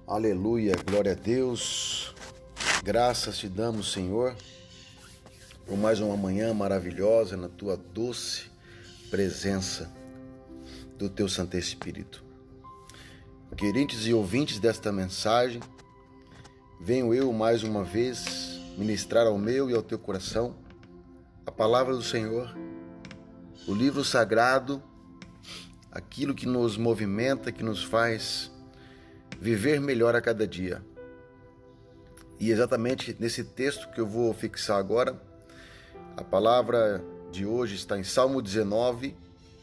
Aleluia, glória a Deus. Graças te damos, Senhor, por mais uma manhã maravilhosa na tua doce presença do teu Santo Espírito. Queridos e ouvintes desta mensagem, venho eu mais uma vez ministrar ao meu e ao teu coração a palavra do Senhor, o livro sagrado, aquilo que nos movimenta, que nos faz viver melhor a cada dia. E exatamente nesse texto que eu vou fixar agora, a palavra de hoje está em Salmo 19,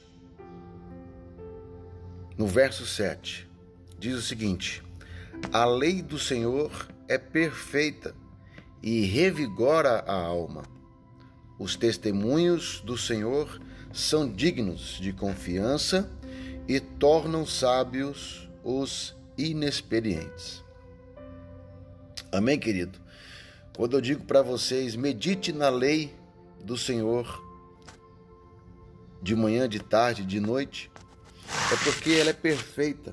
no verso 7. Diz o seguinte: a lei do Senhor é perfeita e revigora a alma. Os testemunhos do Senhor são dignos de confiança e tornam sábios os inexperientes. Amém, querido? Quando eu digo para vocês, medite na lei do Senhor de manhã, de tarde, de noite, é porque ela é perfeita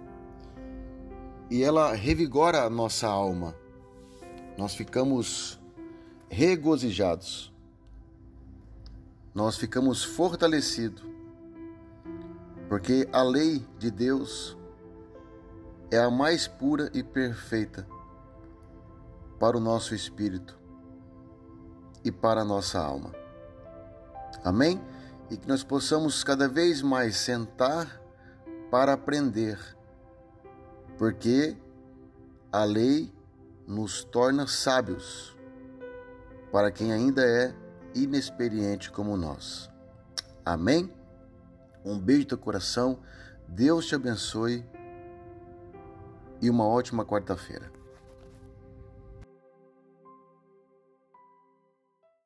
e ela revigora a nossa alma. Nós ficamos regozijados, nós ficamos fortalecidos, porque a lei de Deus é a mais pura e perfeita para o nosso espírito e para a nossa alma. Amém? E que nós possamos cada vez mais sentar para aprender, porque a lei nos torna sábios para quem ainda é inexperiente como nós. Amém? Um beijo no teu coração, Deus te abençoe e uma ótima quarta-feira.